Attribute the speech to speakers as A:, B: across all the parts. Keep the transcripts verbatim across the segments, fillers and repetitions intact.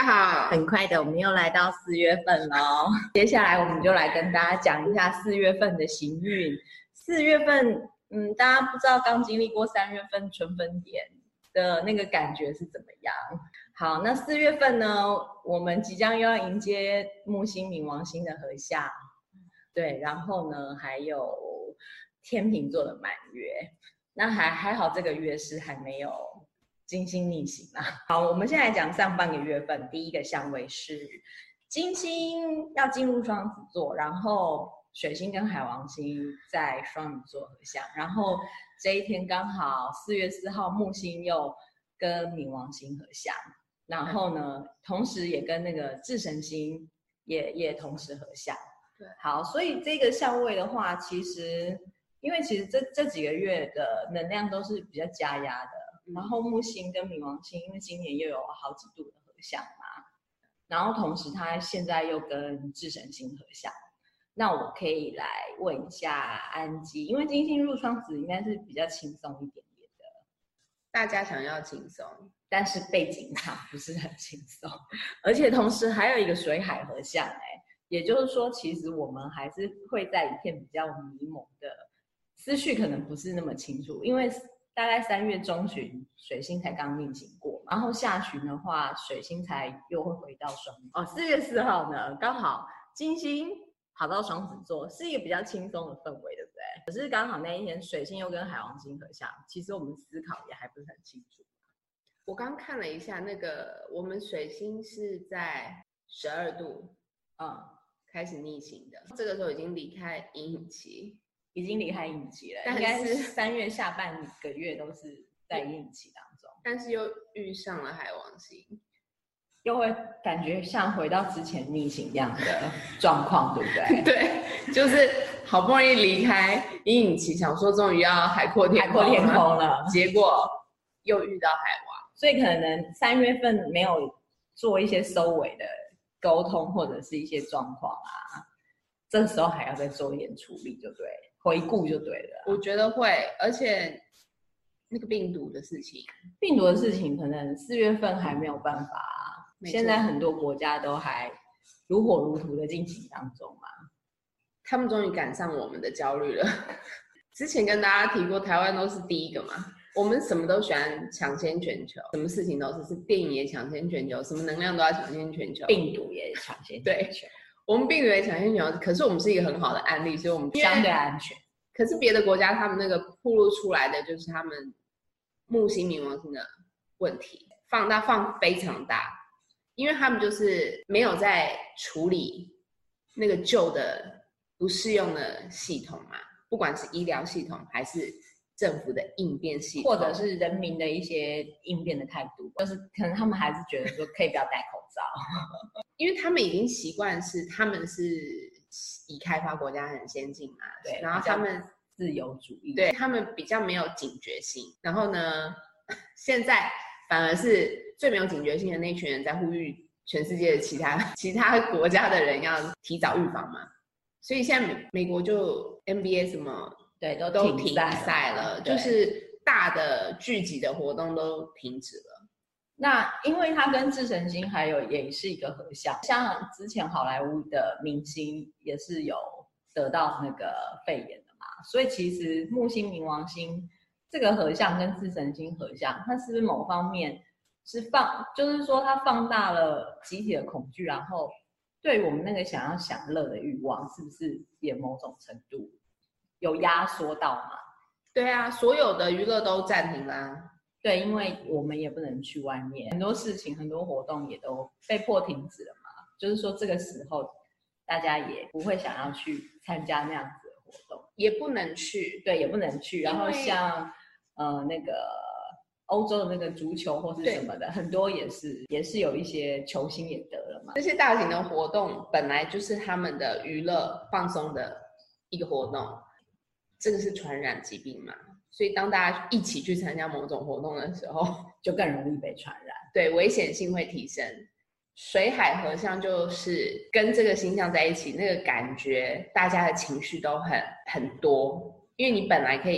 A: 好，
B: 很快的，我们又来到四月份了。接下来我们就来跟大家讲一下四月份的行运。四月份，嗯，大家不知道刚经历过三月份春分点的那个感觉是怎么样？好，那四月份呢，我们即将又要迎接木星、冥王星的合相，对，然后呢，还有天秤座的满月。那还还好，这个月是还没有金星逆行啊。好，我们现在来讲上半个月份，第一个相位是金星要进入双子座，然后水星跟海王星在双鱼座合相，然后这一天刚好四月四号木星又跟冥王星合相，然后呢，同时也跟那个智神星也也同时合相。
A: 对，
B: 好，所以这个相位的话，其实因为其实这这几个月的能量都是比较加压的。然后木星跟冥王星，因为今年又有好几度的合相嘛，然后同时它现在又跟智神星合相，那我可以来问一下安吉，因为金星入双子应该是比较轻松一点点的，
A: 大家想要轻松，
B: 但是背景场不是很轻松，而且同时还有一个水海合相，哎，也就是说，其实我们还是会在一片比较迷蒙的思绪，可能不是那么清楚，因为大概三月中旬，水星才刚逆行过，然后下旬的话，水星才又会回到双子。哦，四月四号呢，刚好金星跑到双子座，是一个比较轻松的氛围，对不对？可是刚好那一天水星又跟海王星合相，其实我们思考也还不是很清楚。
A: 我刚看了一下，那个我们水星是在十二度，
B: 嗯，
A: 开始逆行的，这个时候已经离开阴影期。
B: 已经离开阴影期了，
A: 但是
B: 应该是三月下半个月都是在阴影期当中，
A: 但是又遇上了海王星，
B: 又会感觉像回到之前逆行一样的状况，对不对？
A: 对，就是好不容易离开阴影期，想说终于要海阔天空了，
B: 海阔天空了，
A: 结果又遇到海王，
B: 所以可能三月份没有做一些收尾的沟通或者是一些状况啊，这时候还要再做一点处理，就对了。回顾就对了，
A: 我觉得会，而且那个病毒的事情，
B: 病毒的事情可能四月份还没有办法、啊，现在很多国家都还如火如荼的进行当中嘛。
A: 他们终于赶上我们的焦虑了。之前跟大家提过，台湾都是第一个嘛，我们什么都喜欢抢先全球，什么事情都是，是电影也抢先全球，什么能量都要抢先全球，
B: 病毒也抢先全球。
A: 我们病毒也抢先全球，可是我们是一个很好的案例，所以我们
B: 相对安全。
A: 可是别的国家他们那个暴露出来的就是他们木星冥王星的问题，放大放非常大，因为他们就是没有在处理那个旧的不适用的系统嘛，不管是医疗系统还是政府的应变系统，
B: 或者是人民的一些应变的态度，就是可能他们还是觉得说可以不要戴口罩。
A: 因为他们已经习惯是他们是已开发国家很先进嘛，
B: 对，
A: 然后他们
B: 自由主义，
A: 对他们比较没有警觉性，然后呢，现在反而是最没有警觉性的那群人在呼吁全世界的其他其他国家的人要提早预防嘛，所以现在美国就 N B A 什么
B: 对都
A: 都
B: 停
A: 赛了，就是大的聚集的活动都停止了。
B: 那因为它跟智神星还有也是一个合相，像之前好莱坞的明星也是有得到那个肺炎的嘛，所以其实木星冥王星这个合相跟智神星合相，它是不是某方面是放，就是说它放大了集体的恐惧，然后对我们那个想要享乐的欲望，是不是也某种程度有压缩到嘛？
A: 对啊，所有的娱乐都暂停啦。
B: 对，因为我们也不能去外面，很多事情、很多活动也都被迫停止了嘛。就是说，这个时候大家也不会想要去参加那样子的活动，
A: 也不能去，
B: 对，也不能去。然后像呃那个欧洲的那个足球或是什么的，很多也是也是有一些球星也得了嘛。
A: 这些大型的活动本来就是他们的娱乐放松的一个活动，这个是传染疾病嘛。所以当大家一起去参加某种活动的时候，
B: 就更容易被传染，
A: 对，危险性会提升。水海合相就是跟这个星象在一起，那个感觉大家的情绪都很很多，因为你本来可以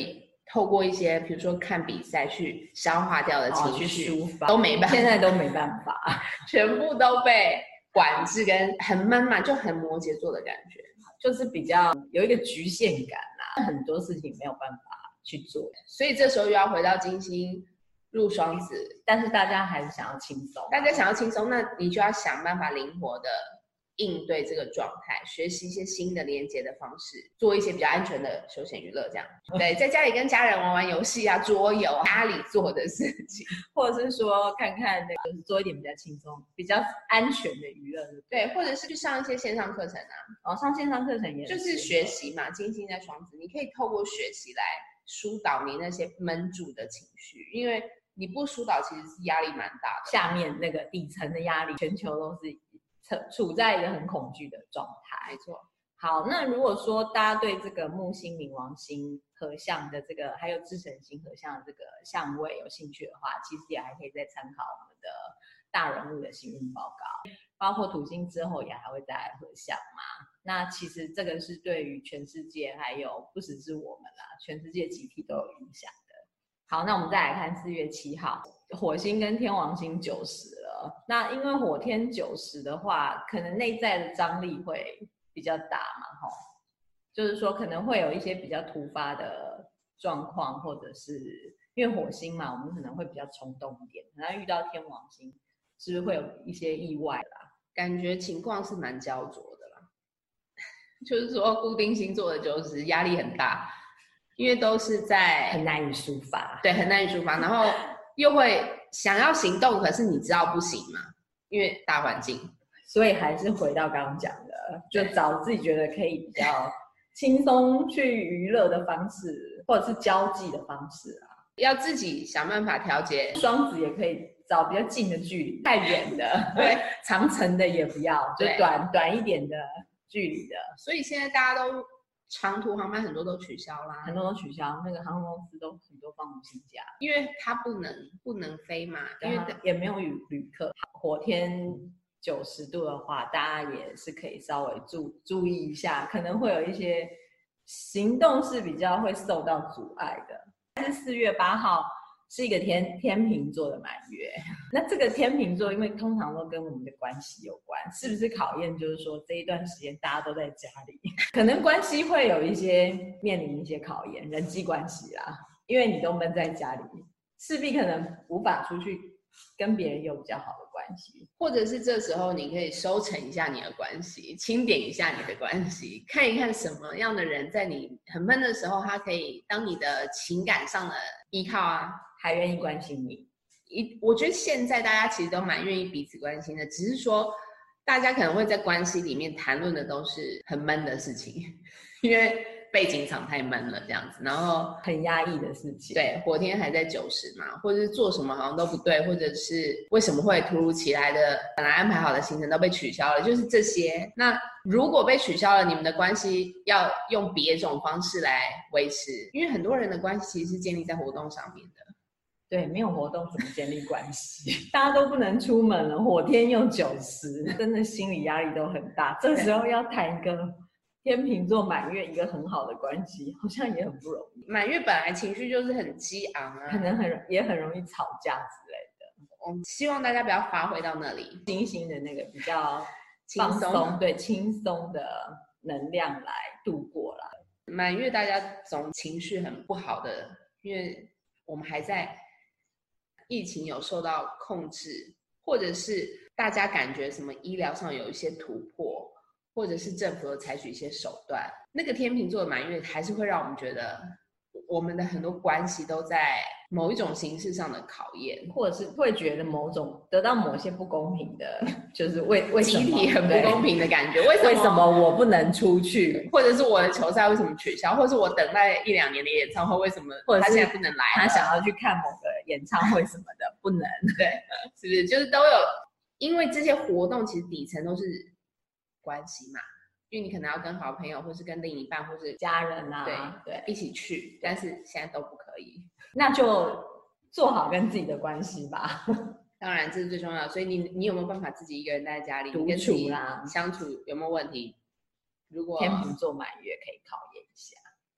A: 透过一些比如说看比赛去消化掉的情绪、
B: 哦、去抒发
A: 都没办法，
B: 现在都没办法，
A: 全部都被管制跟很闷嘛，就很摩羯座的感觉，
B: 就是比较有一个局限感啦，很多事情没有办法去做，
A: 所以这时候又要回到金星入双子，
B: 但是大家还是想要轻松，
A: 大家想要轻松，那你就要想办法灵活的应对这个状态，学习一些新的连接的方式，做一些比较安全的休闲娱乐，这样对，在家里跟家人玩玩游戏啊、桌游，家里做的事情，
B: 或者是说看看那个做一点比较轻松、比较安全的娱乐，
A: 对，或者是去上一些线上课程啊，
B: 哦，上线上课程也
A: 就是学习嘛，金星在双子，你可以透过学习来疏导你那些闷住的情绪，因为你不疏导其实是压力蛮大的，
B: 下面那个底层的压力，全球都是处在一个很恐惧的状态。
A: 没错。
B: 好，那如果说大家对这个木星、冥王星合相的这个，还有智神星合相的这个相位有兴趣的话，其实也还可以再参考我们的大人物的行运报告，包括土星之后也还会再来合相嘛。那其实这个是对于全世界，还有不只是我们啦，全世界集体都有影响的。好，那我们再来看四月七号，火星跟天王星九十了。那因为火天九十的话，可能内在的张力会比较大嘛，吼，就是说可能会有一些比较突发的状况，或者是因为火星嘛，我们可能会比较冲动一点，可能遇到天王星，是不是会有一些意外啦？
A: 感觉情况是蛮焦灼的啦，就是说固定星座的九十压力很大。因为都是在
B: 很难以抒发，
A: 对，很难以抒发，然后又会想要行动，可是你知道不行嘛，因为大环境，
B: 所以还是回到刚刚讲的，就找自己觉得可以比较轻松去娱乐的方式，或者是交际的方式啊，
A: 要自己想办法调节。
B: 双子也可以找比较近的距离，太远的，对，长程的也不要，就短短一点的距离的。
A: 所以现在大家都。长途航班很多都取消啦，
B: 很多都取消，那个航空公司都很多放无薪假，
A: 因为它不能不能飞嘛，因为
B: 也没有旅旅客。火天九十度的话，大家也是可以稍微注注意一下，可能会有一些行动是比较会受到阻碍的。但是四月八号是一个天天秤座的满月，那这个天秤座因为通常都跟我们的关系有关，是不是考验就是说这一段时间大家都在家里，可能关系会有一些面临一些考验，人际关系啦，因为你都闷在家里，势必可能无法出去跟别人有比较好的关系，
A: 或者是这时候你可以收成一下你的关系，清点一下你的关系，看一看什么样的人在你很闷的时候，他可以当你的情感上的依靠啊，
B: 还愿意关心你。
A: 一，我觉得现在大家其实都蛮愿意彼此关心的，只是说大家可能会在关系里面谈论的都是很闷的事情，因为背景场太闷了这样子，然后
B: 很压抑的事情。
A: 对，火天还在九十嘛，或者是做什么好像都不对，或者是为什么会突如其来的本来安排好的行程都被取消了，就是这些。那如果被取消了，你们的关系要用别种方式来维持，因为很多人的关系其实是建立在活动上面的。
B: 对，没有活动怎么建立关系？大家都不能出门了，火天又九十，真的心理压力都很大。这时候要谈一个天秤座满月一个很好的关系，好像也很不容易。
A: 满月本来情绪就是很激昂啊，
B: 可能很也很容易吵架之类的。
A: 我希望大家不要发挥到那里，
B: 金星的那个比较
A: 轻松，
B: 对轻松的能量来度过啦。
A: 满月大家总情绪很不好的，因为我们还在。疫情有受到控制，或者是大家感觉什么医疗上有一些突破，或者是政府有采取一些手段，那个天秤座的满月还是会让我们觉得我们的很多关系都在某一种形式上的考验，
B: 或者是会觉得某种得到某些不公平的，就是为为什么
A: 集体很不公平的感觉，为什么
B: 为什么我不能出去，
A: 或者是我的球赛为什么取消，或者是我等待一两年的演唱会为什么他现在不能来，
B: 他想要去看某个演唱会什么的不能，
A: 对，是不是就是都有？因为这些活动其实底层都是关系嘛。因为你可能要跟好朋友，或是跟另一半，或是
B: 家人啊，
A: 对
B: 对，
A: 一起去，但是现在都不可以，
B: 那就做好跟自己的关系吧。
A: 当然这是最重要的，所以你你有没有办法自己一个人待在家里
B: 独处啦，
A: 相处有没有问题？如果
B: 天秤座满月可以考验一下，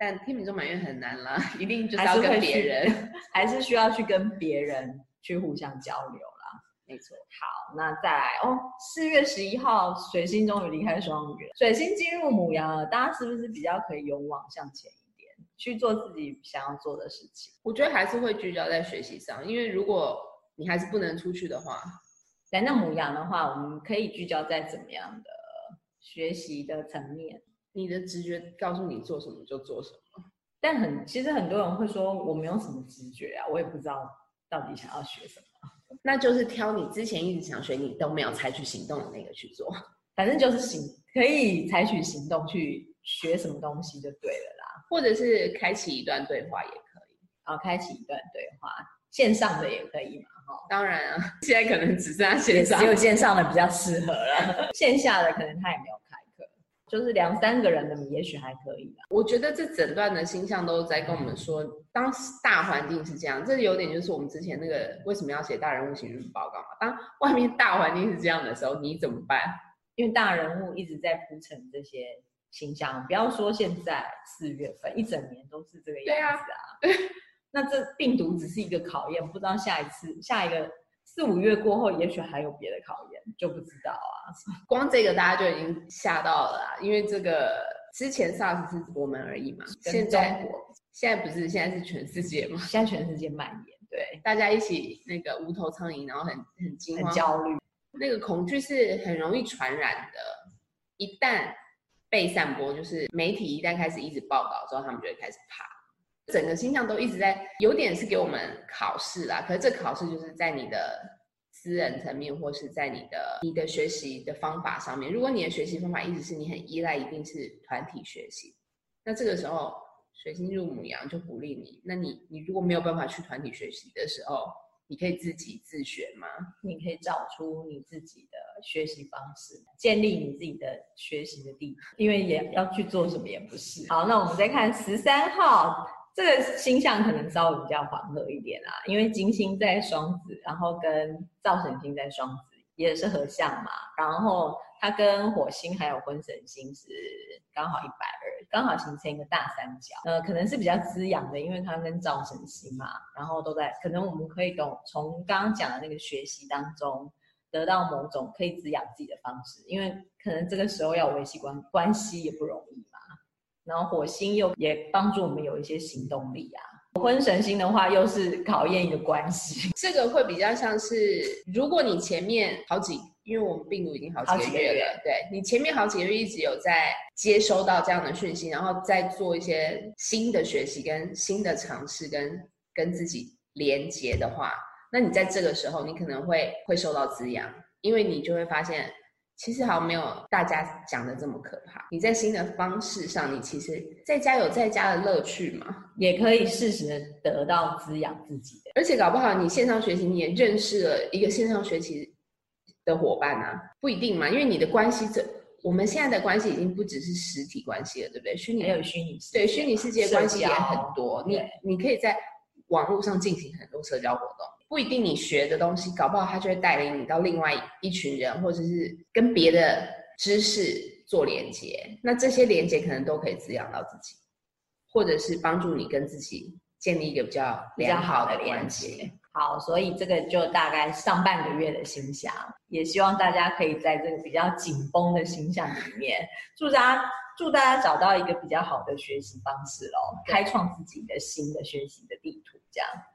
A: 但天秤座满月很难啦，一定就是要跟别人，
B: 还是需要去跟别人去互相交流啦。
A: 没错。
B: 好，那再来哦，四月十一号，水星终于离开双鱼了，水星进入牡羊了，大家是不是比较可以勇往向前一点，去做自己想要做的事情？
A: 我觉得还是会聚焦在学习上，因为如果你还是不能出去的话，
B: 来，那牡羊的话，我们可以聚焦在怎么样的学习的层面？
A: 你的直觉告诉你做什么就做什么。
B: 但很其实很多人会说我没有什么直觉啊，我也不知道到底想要学什么。
A: 那就是挑你之前一直想学你都没有采取行动的那个去做，
B: 反正就是行可以采取行动去学什么东西就对了啦，
A: 或者是开启一段对话也可以。
B: 然后开启一段对话，线上的也可以嘛。
A: 当然啊，现在可能只剩下线上，
B: 只有线上的比较适合了，线下的可能他也没有开课，就是两三个人的也许还可以啦。
A: 我觉得这整段的星象都在跟我们说，当大环境是这样，这有点就是我们之前那个为什么要写大人物行运报告嘛。当外面大环境是这样的时候，你怎么办？
B: 因为大人物一直在铺陈这些星象，不要说现在四月份，一整年都是这个样子啊。
A: 对啊，
B: 那这病毒只是一个考验，不知道下一次下一个四五月过后，也许还有别的考验，就不知道啊。
A: 光这个大家就已经吓到了啦，因为这个之前 SARS 是我们而已嘛，现在中国现在不是，现在是全世界嘛，
B: 现在全世界蔓延，对，
A: 大家一起那个无头苍蝇，然后很很惊慌，
B: 很焦虑，
A: 那个恐惧是很容易传染的，一旦被散播，就是媒体一旦开始一直报道之后，他们就会开始怕。整个星象都一直在，有点是给我们考试啦，可是这考试就是在你的私人层面，或是在你的你的学习的方法上面。如果你的学习方法一直是你很依赖，一定是团体学习，那这个时候水星入牡羊就鼓励你。那你你如果没有办法去团体学习的时候，你可以自己自学吗？
B: 你可以找出你自己的学习方式，建立你自己的学习的地图，因为也要去做什么也不是。好，那我们再看十三号。这个星象可能稍微比较缓和一点啦，因为金星在双子，然后跟灶神星在双子也是合相嘛，然后它跟火星还有婚神星是刚好一百二，刚好形成一个大三角，呃，可能是比较滋养的，因为它跟灶神星嘛，然后都在，可能我们可以懂从刚刚讲的那个学习当中得到某种可以滋养自己的方式，因为可能这个时候要维系关关系也不容易嘛。然后火星又也帮助我们有一些行动力啊，婚神星的话又是考验一个关系，
A: 这个会比较像是，如果你前面好几，因为我们病毒已经好几个月了，月对你前面好几个月一直有在接收到这样的讯息，然后再做一些新的学习跟新的尝试跟跟自己连接的话，那你在这个时候你可能会会受到滋养，因为你就会发现其实好像没有大家讲的这么可怕。你在新的方式上，你其实在家有在家的乐趣嘛，
B: 也可以适时的得到滋养自己的。
A: 而且搞不好你线上学习，你也认识了一个线上学习的伙伴啊，不一定嘛，因为你的关系，这我们现在的关系已经不只是实体关系了，对不对？虚拟
B: 还有虚拟世界，
A: 对虚拟世界关系也很多，你你可以在网络上进行很多社交活动。不一定你学的东西，搞不好它就会带领你到另外一群人，或者是跟别的知识做连接。那这些连接可能都可以滋养到自己，或者是帮助你跟自己建立一个比较良好的连接。
B: 好，所以这个就大概上半个月的星象，也希望大家可以在这个比较紧绷的星象里面，祝大家祝大家找到一个比较好的学习方式咯，开创自己的新的学习的地图，这样。